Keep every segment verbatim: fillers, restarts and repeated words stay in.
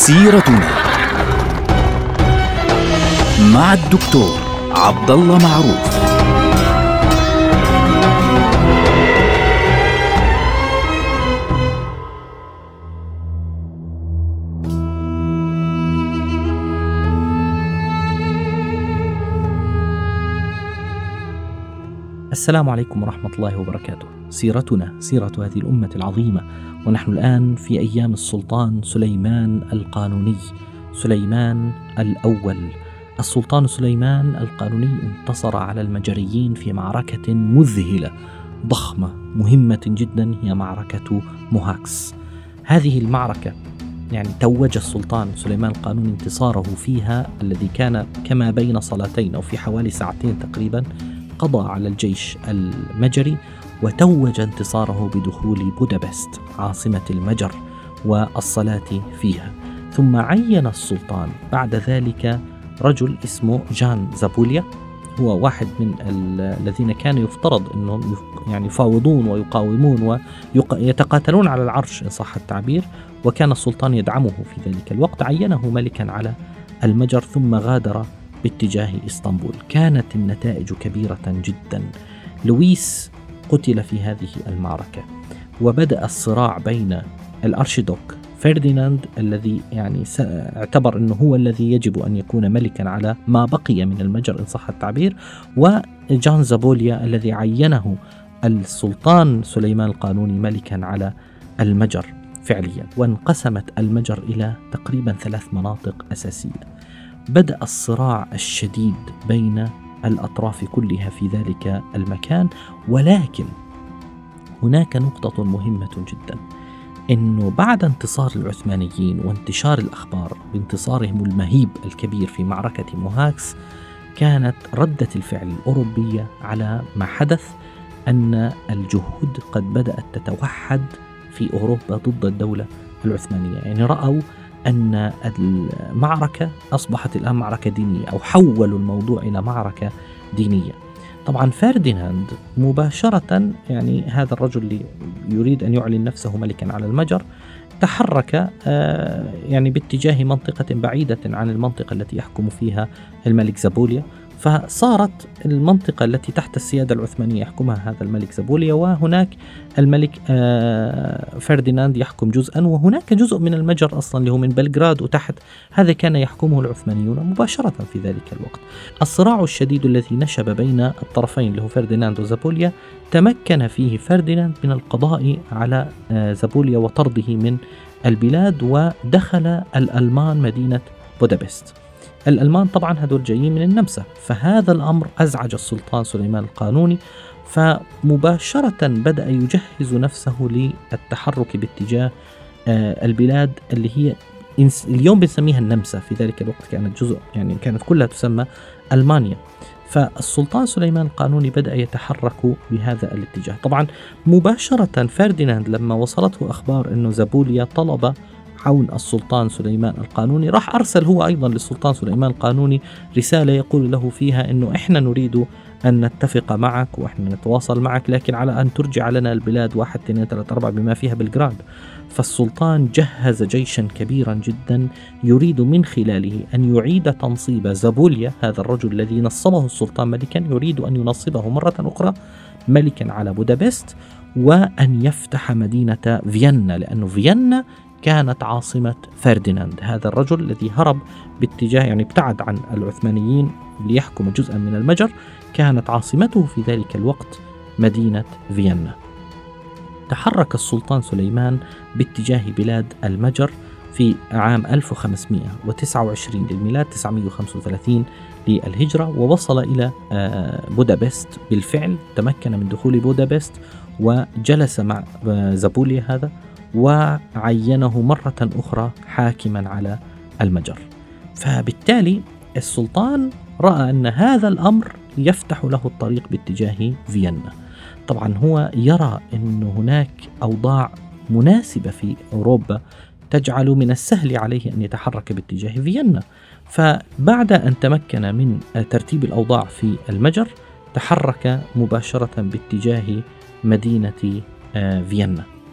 سيرتنا مع الدكتور عبد الله معروف. السلام عليكم ورحمة الله وبركاته. سيرتنا سيرة هذه الأمة العظيمة، ونحن الآن في أيام السلطان سليمان القانوني، سليمان الأول. السلطان سليمان القانوني انتصر على المجريين في معركة مذهلة ضخمة مهمة جدا، هي معركة موهاكس. هذه المعركة يعني توج السلطان سليمان القانوني انتصاره فيها، الذي كان كما بين صلاتين أو في حوالي ساعتين تقريبا. قضى على الجيش المجري وتوج انتصاره بدخول بودابست عاصمة المجر والصلاة فيها. ثم عين السلطان بعد ذلك رجل اسمه جان زابوليا، هو واحد من الذين كان يفترض أنهم يعني يفاوضون ويقاومون ويتقاتلون على العرش إن صح التعبير، وكان السلطان يدعمه في ذلك الوقت. عينه ملكا على المجر ثم غادر باتجاه إسطنبول. كانت النتائج كبيرة جدا. لويس قتل في هذه المعركة، وبدأ الصراع بين الأرشيدوك فرديناند الذي يعني اعتبر أنه هو الذي يجب أن يكون ملكا على ما بقي من المجر إن صح التعبير، وجان زابوليا الذي عينه السلطان سليمان القانوني ملكا على المجر فعليا. وانقسمت المجر إلى تقريبا ثلاث مناطق أساسية. بدأ الصراع الشديد بين الأطراف كلها في ذلك المكان، ولكن هناك نقطة مهمة جدا، إنه بعد انتصار العثمانيين وانتشار الأخبار بانتصارهم المهيب الكبير في معركة موهاكس، كانت ردة الفعل الأوروبية على ما حدث أن الجهود قد بدأت تتوحد في أوروبا ضد الدولة العثمانية. يعني رأوا أن المعركة أصبحت الآن معركة دينية، أو حولوا الموضوع إلى معركة دينية. طبعا فرديناند مباشرة، يعني هذا الرجل اللي يريد أن يعلن نفسه ملكا على المجر، تحرك يعني باتجاه منطقة بعيدة عن المنطقة التي يحكم فيها الملك زابوليا، فصارت المنطقة التي تحت السيادة العثمانية يحكمها هذا الملك زابوليا، وهناك الملك فرديناند يحكم جزءا، وهناك جزء من المجر أصلا اللي هو من بلغراد وتحت، هذا كان يحكمه العثمانيون مباشرة في ذلك الوقت. الصراع الشديد الذي نشب بين الطرفين اللي هو فرديناند وزابوليا، تمكن فيه فرديناند من القضاء على زابوليا وطرده من البلاد، ودخل الألمان مدينة بودابست. الألمان طبعا هذول جايين من النمسا، فهذا الأمر أزعج السلطان سليمان القانوني، فمباشرة بدأ يجهز نفسه للتحرك باتجاه البلاد اللي هي اليوم بنسميها النمسا، في ذلك الوقت كانت جزء يعني كانت كلها تسمى ألمانيا. فالسلطان سليمان القانوني بدأ يتحرك بهذا الاتجاه. طبعا مباشرة فرديناند لما وصلته أخبار أنه زابوليا طلب عون السلطان سليمان القانوني، راح أرسل هو أيضا للسلطان سليمان القانوني رسالة يقول له فيها أنه إحنا نريد أن نتفق معك وإحنا نتواصل معك، لكن على أن ترجع لنا البلاد واحد اثنين ثلاثة أربعة بما فيها بلغراد. فالسلطان جهز جيشا كبيرا جدا يريد من خلاله أن يعيد تنصيب زابوليا، هذا الرجل الذي نصبه السلطان ملكا، يريد أن ينصبه مرة أخرى ملكا على بودابست، وأن يفتح مدينة فيينا، لأنه فيينا كانت عاصمة فرديناند، هذا الرجل الذي هرب باتجاه يعني ابتعد عن العثمانيين ليحكم جزءا من المجر، كانت عاصمته في ذلك الوقت مدينة فيينا. تحرك السلطان سليمان باتجاه بلاد المجر في عام ألف وخمسمائة وتسعة وعشرين للميلاد، تسعمائة وخمسة وثلاثين للهجرة، ووصل إلى بودابست بالفعل. تمكن من دخول بودابست وجلس مع زابوليا هذا، وعينه مرة أخرى حاكما على المجر. فبالتالي السلطان رأى أن هذا الأمر يفتح له الطريق باتجاه فيينا. طبعا هو يرى أن هناك أوضاع مناسبة في أوروبا تجعل من السهل عليه أن يتحرك باتجاه فيينا. فبعد أن تمكن من ترتيب الأوضاع في المجر، تحرك مباشرة باتجاه مدينة فيينا.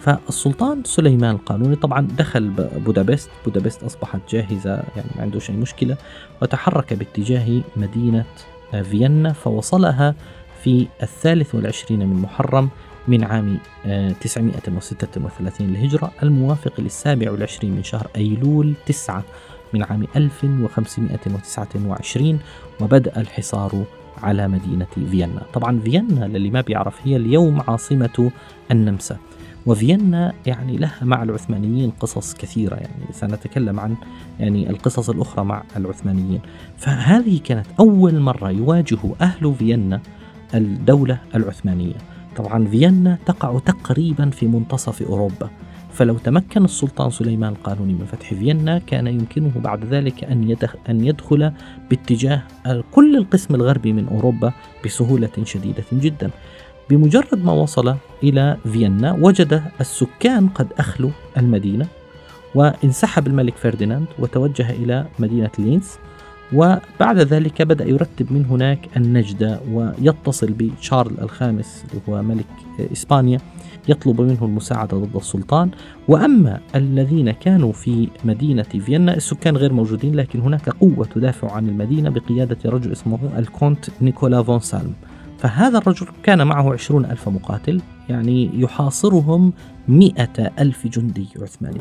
فالسلطان سليمان القانوني طبعا دخل بودابست. بودابست أصبحت جاهزة، يعني ما عنده أي مشكلة، وتحرك باتجاه مدينة فيينا، فوصلها في الثالث والعشرين من محرم من عام تسعمائة وستة وثلاثين للهجرة، الموافق للسابع والعشرين من شهر أيلول تسعة من عام ألف وخمسمائة وتسعة وعشرين، وبدأ الحصار على مدينة فيينا. طبعا فيينا للي ما بيعرف هي اليوم عاصمة النمسا، وفيينا يعني لها مع العثمانيين قصص كثيرة، يعني سنتكلم عن يعني القصص الأخرى مع العثمانيين. فهذه كانت أول مرة يواجه أهل فيينا الدولة العثمانية. طبعا فيينا تقع تقريبا في منتصف أوروبا، فلو تمكن السلطان سليمان القانوني من فتح فيينا كان يمكنه بعد ذلك أن أن يدخل باتجاه كل القسم الغربي من أوروبا بسهولة شديدة جدا. بمجرد ما وصل إلى فيينا وجد السكان قد أخلوا المدينة، وانسحب الملك فرديناند وتوجه إلى مدينة لينز، وبعد ذلك بدأ يرتب من هناك النجدة ويتصل بشارل الخامس اللي هو ملك إسبانيا يطلب منه المساعدة ضد السلطان. وأما الذين كانوا في مدينة فيينا السكان غير موجودين، لكن هناك قوة تدافع عن المدينة بقيادة رجل اسمه الكونت نيكولا فون سالم. فهذا الرجل كان معه عشرون ألف مقاتل، يعني يحاصرهم مئة ألف جندي عثماني.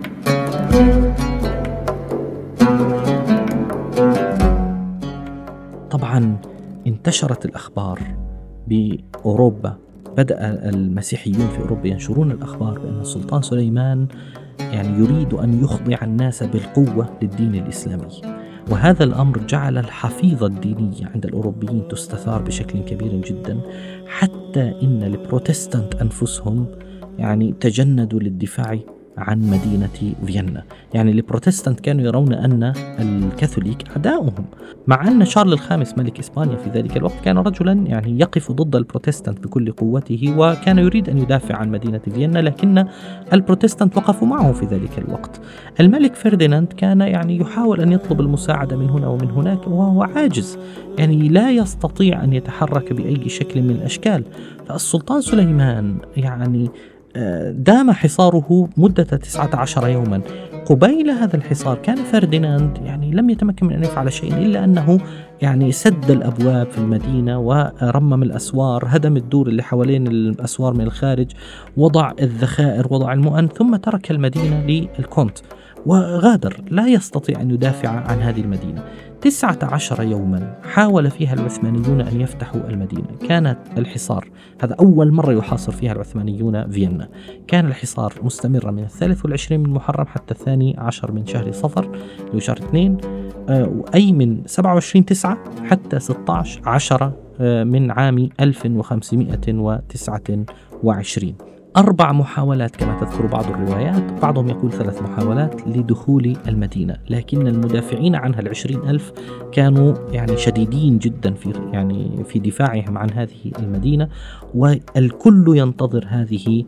طبعا انتشرت الأخبار بأوروبا، بدأ المسيحيون في أوروبا ينشرون الأخبار بأن السلطان سليمان يعني يريد أن يخضع الناس بالقوة للدين الإسلامي، وهذا الأمر جعل الحفيظة الدينية عند الأوروبيين تستثار بشكل كبير جدا، حتى إن البروتستانت أنفسهم يعني تجندوا للدفاع عن مدينة فيينا. يعني البروتستانت كانوا يرون أن الكاثوليك أعداؤهم، مع أن شارل الخامس ملك إسبانيا في ذلك الوقت كان رجلا يعني يقف ضد البروتستانت بكل قوته، وكان يريد أن يدافع عن مدينة فيينا، لكن البروتستانت وقفوا معه في ذلك الوقت. الملك فرديناند كان يعني يحاول أن يطلب المساعدة من هنا ومن هناك وهو عاجز، يعني لا يستطيع أن يتحرك بأي شكل من الأشكال. فالسلطان سليمان يعني دام حصاره مدة تسعة عشر يوما. قبيل هذا الحصار كان فرديناند يعني لم يتمكن من أن يفعل شيء إلا أنه يعني سد الأبواب في المدينة ورمم الأسوار، هدم الدور اللي حوالين الأسوار من الخارج، وضع الذخائر، وضع المؤن، ثم ترك المدينة للكونت وغادر، لا يستطيع أن يدافع عن هذه المدينة. تسعة عشر يوما حاول فيها العثمانيون أن يفتحوا المدينة. كانت الحصار هذا أول مرة يحاصر فيها العثمانيون فيينا. كان الحصار مستمرا من الثالث والعشرين من محرم حتى الثاني عشر من شهر صفر اللي هو شهر اثنين، أي من سبعة وعشرين تسعة حتى ستة عشر عشرة من عام ألف وخمسمائة وتسعة وعشرين. أربع محاولات كما تذكر بعض الروايات، بعضهم يقول ثلاث محاولات لدخول المدينة، لكن المدافعين عنها العشرين ألف كانوا يعني شديدين جدا في يعني في دفاعهم عن هذه المدينة، والكل ينتظر هذه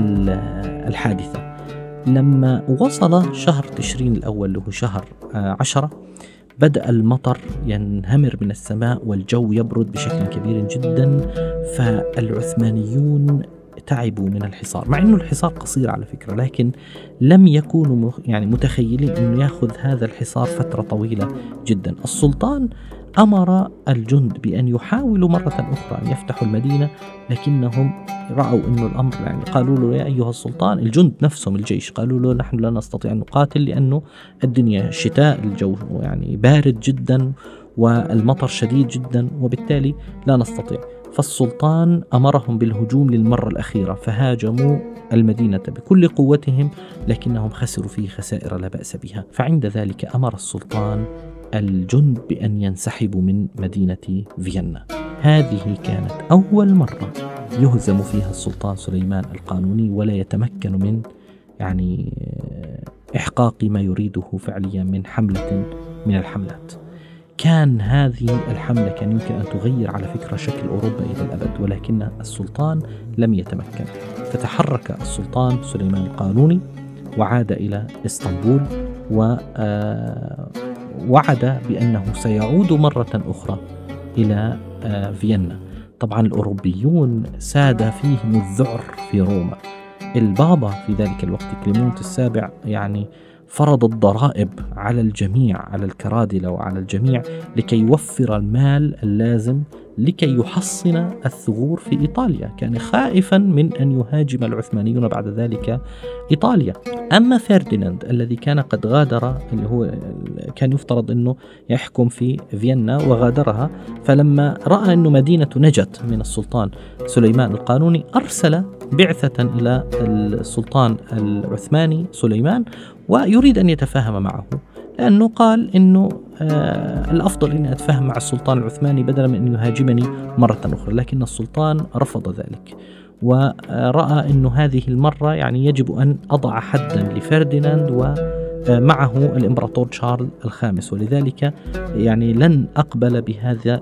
الحادثة. لما وصل شهر تشرين الأول اللي هو شهر عشرة بدأ المطر ينهمر من السماء والجو يبرد بشكل كبير جدا، فالعثمانيون تعبوا من الحصار، مع أنه الحصار قصير على فكرة، لكن لم يكونوا يعني متخيلين أنه يأخذ هذا الحصار فترة طويلة جدا. السلطان أمر الجند بأن يحاولوا مرة أخرى أن يفتحوا المدينة، لكنهم رأوا أنه الأمر يعني قالوا له يا أيها السلطان، الجند نفسهم الجيش قالوا له نحن لا نستطيع أن نقاتل لأنه الدنيا شتاء، الجو يعني بارد جدا والمطر شديد جدا، وبالتالي لا نستطيع. فالسلطان أمرهم بالهجوم للمرة الأخيرة، فهاجموا المدينة بكل قوتهم، لكنهم خسروا فيه خسائر لا بأس بها. فعند ذلك أمر السلطان الجند بأن ينسحبوا من مدينة فيينا. هذه كانت أول مرة يهزم فيها السلطان سليمان القانوني ولا يتمكن من يعني إحقاق ما يريده فعليا من حملة من الحملات. كان هذه الحملة كان يمكن أن تغير على فكرة شكل أوروبا إلى الأبد، ولكن السلطان لم يتمكن. فتحرك السلطان سليمان القانوني وعاد إلى إسطنبول، ووعد بأنه سيعود مرة أخرى إلى فيينا. طبعا الأوروبيون ساد فيهم الذعر في روما، البابا في ذلك الوقت كليمونت السابع يعني فرض الضرائب على الجميع، على الكرادلة وعلى الجميع، لكي يوفر المال اللازم لكي يحصن الثغور في إيطاليا. كان خائفا من أن يهاجم العثمانيون بعد ذلك إيطاليا. أما فرديناند الذي كان قد غادر، اللي هو كان يفترض أنه يحكم في فيينا وغادرها، فلما رأى أن مدينة نجت من السلطان سليمان القانوني أرسل بعثة إلى السلطان العثماني سليمان ويريد أن يتفاهم معه، لأنه قال أنه آه الأفضل أن أتفاهم مع السلطان العثماني بدلا من أن يهاجمني مرة أخرى. لكن السلطان رفض ذلك ورأى أنه هذه المرة يعني يجب أن أضع حدا لفرديناند ومعه الإمبراطور شارل الخامس، ولذلك يعني لن أقبل بهذا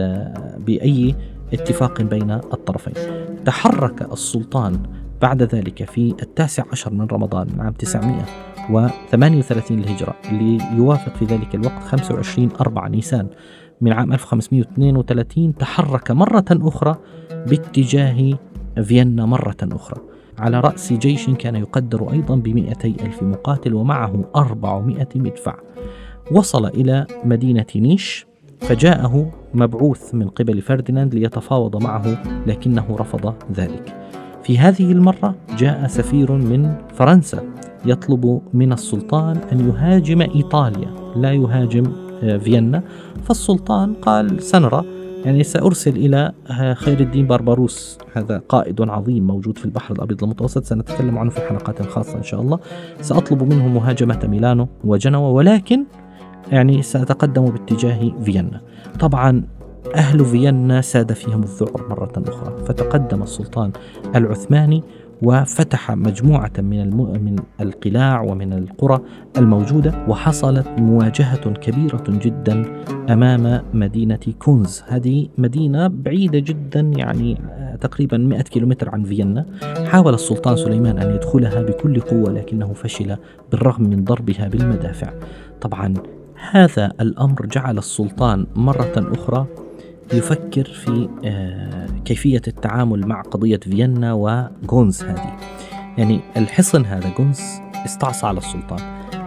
بأي اتفاق بين الطرفين. تحرك السلطان بعد ذلك في التاسع عشر من رمضان من عام تسعمائة وثمانية وثلاثين الهجرة، اللي يوافق في ذلك الوقت خمسة وعشرين أربعة نيسان من عام ألف وخمسمائة واثنين وثلاثين، تحرك مرة أخرى باتجاه فيينا مرة أخرى على رأس جيش كان يقدر أيضا بمئتي ألف مقاتل ومعه أربعمائة مدفع. وصل إلى مدينة نيش فجاءه مبعوث من قبل فرديناند ليتفاوض معه، لكنه رفض ذلك. في هذه المرة جاء سفير من فرنسا يطلب من السلطان أن يهاجم إيطاليا لا يهاجم فيينا، فالسلطان قال سنرى، يعني سأرسل إلى خير الدين بارباروس، هذا قائد عظيم موجود في البحر الأبيض المتوسط، سنتكلم عنه في حلقات خاصة إن شاء الله. سأطلب منه مهاجمة ميلانو وجنوة، ولكن يعني سأتقدم باتجاه فيينا. طبعا أهل فيينا ساد فيهم الذعر مرة أخرى، فتقدم السلطان العثماني وفتح مجموعة من الم... من القلاع ومن القرى الموجودة، وحصلت مواجهة كبيرة جدا أمام مدينة كونز. هذه مدينة بعيدة جدا، يعني تقريبا مئة كيلومتر عن فيينا. حاول السلطان سليمان أن يدخلها بكل قوة لكنه فشل بالرغم من ضربها بالمدافع. طبعا هذا الأمر جعل السلطان مرة أخرى يفكر في كيفية التعامل مع قضية فيينا وغونز هذه. يعني الحصن هذا غونز استعصى على السلطان،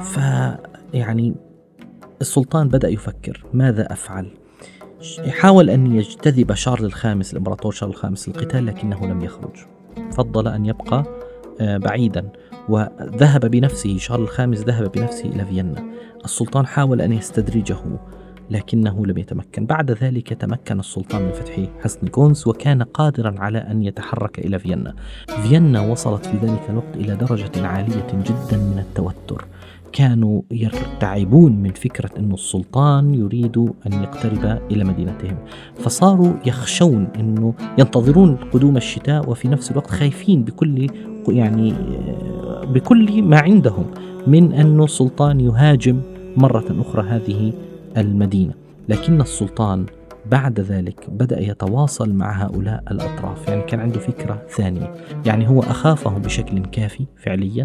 فيعني السلطان بدأ يفكر ماذا أفعل. حاول أن يجتذب شارل الخامس الإمبراطور شارل الخامس للقتال، لكنه لم يخرج، فضل أن يبقى بعيدا، وذهب بنفسه شارل الخامس ذهب بنفسه إلى فيينا. السلطان حاول أن يستدرجه لكنه لم يتمكن. بعد ذلك تمكن السلطان من فتح حصن غونز وكان قادرا على أن يتحرك إلى فيينا. فيينا وصلت في ذلك الوقت إلى درجة عالية جدا من التوتر، كانوا يرتعبون من فكرة أن السلطان يريد أن يقترب إلى مدينتهم، فصاروا يخشون أنه ينتظرون قدوم الشتاء وفي نفس الوقت خايفين بكل يعني بكل ما عندهم من أن السلطان يهاجم مرة أخرى هذه المدينة. لكن السلطان بعد ذلك بدأ يتواصل مع هؤلاء الأطراف، يعني كان عنده فكرة ثانية، يعني هو أخافهم بشكل كافي فعليا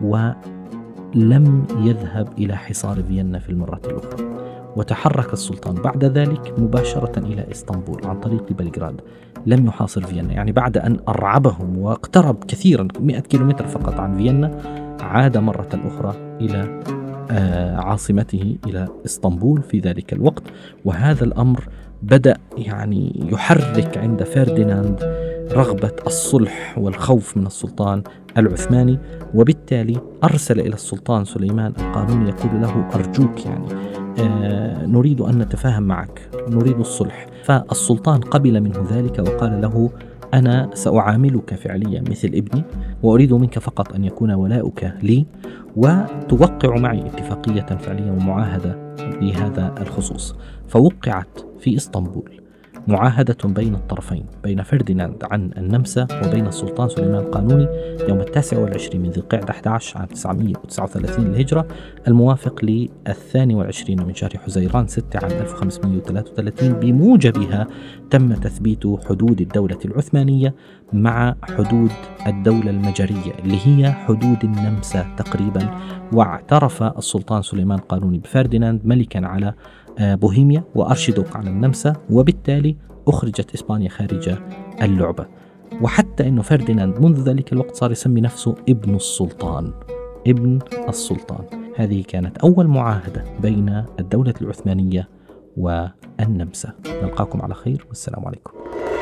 ولم يذهب إلى حصار فيينا في المرة الأخرى. وتحرك السلطان بعد ذلك مباشرة إلى إسطنبول عن طريق بلغراد، لم يحاصر فيينا. يعني بعد أن أرعبهم واقترب كثيرا مئة كيلومتر فقط عن فيينا، عاد مرة أخرى إلى عاصمته إلى إسطنبول في ذلك الوقت. وهذا الأمر بدأ يعني يحرك عند فرديناند رغبة الصلح والخوف من السلطان العثماني، وبالتالي أرسل إلى السلطان سليمان القانوني يقول له أرجوك يعني آه نريد أن نتفاهم معك، نريد الصلح. فالسلطان قبل منه ذلك وقال له أنا سأعاملك فعليا مثل ابني، وأريد منك فقط أن يكون ولاؤك لي وتوقع معي اتفاقية فعلية ومعاهدة بهذا الخصوص. فوقعت في إسطنبول معاهدة بين الطرفين، بين فرديناند عن النمسا وبين السلطان سليمان القانوني يوم التاسع والعشرين من ذي القعدة أحد عشر عام تسعمائة وتسعة وثلاثين الهجرة، الموافق للثاني والعشرين من شهر حزيران ستة عام ألف وخمسمائة وثلاثة وثلاثين. بموجبها تم تثبيت حدود الدولة العثمانية مع حدود الدولة المجرية اللي هي حدود النمسا تقريبا. واعترف السلطان سليمان القانوني بفرديناند ملكا على بوهيميا وأرشيدوك على النمسا، وبالتالي أخرجت إسبانيا خارج اللعبة. وحتى أنه فرديناند منذ ذلك الوقت صار يسمي نفسه ابن السلطان، ابن السلطان. هذه كانت أول معاهدة بين الدولة العثمانية والنمسا. نلقاكم على خير والسلام عليكم.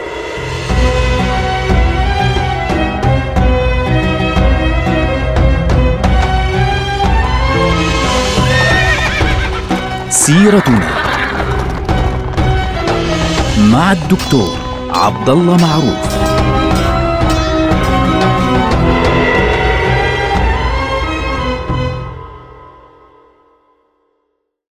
سيرتنا مع الدكتور عبد الله معروف.